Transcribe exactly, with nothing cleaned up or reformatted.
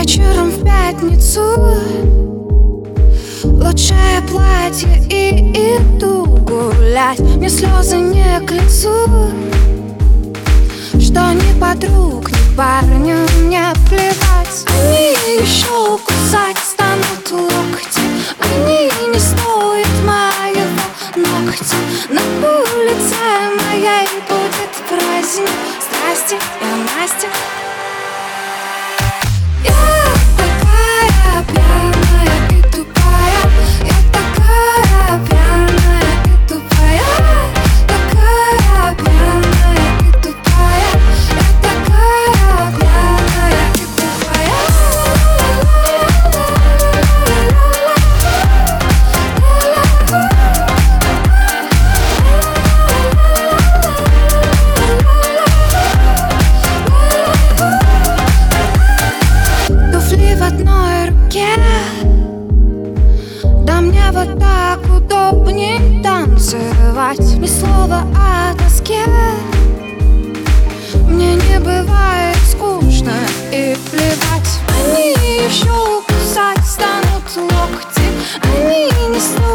Вечером в пятницу лучшее платье и иду гулять. Мне слезы не к лицу, что ни подруг, ни парню мне плевать. Они еще кусать станут локти, они не стоят моего ногтя. На улице моей будет праздник страсти и Настя. Да мне вот так удобней танцевать. Ни слова о тоске, мне не бывает скучно и плевать. Они еще кусать станут локти, они не стоят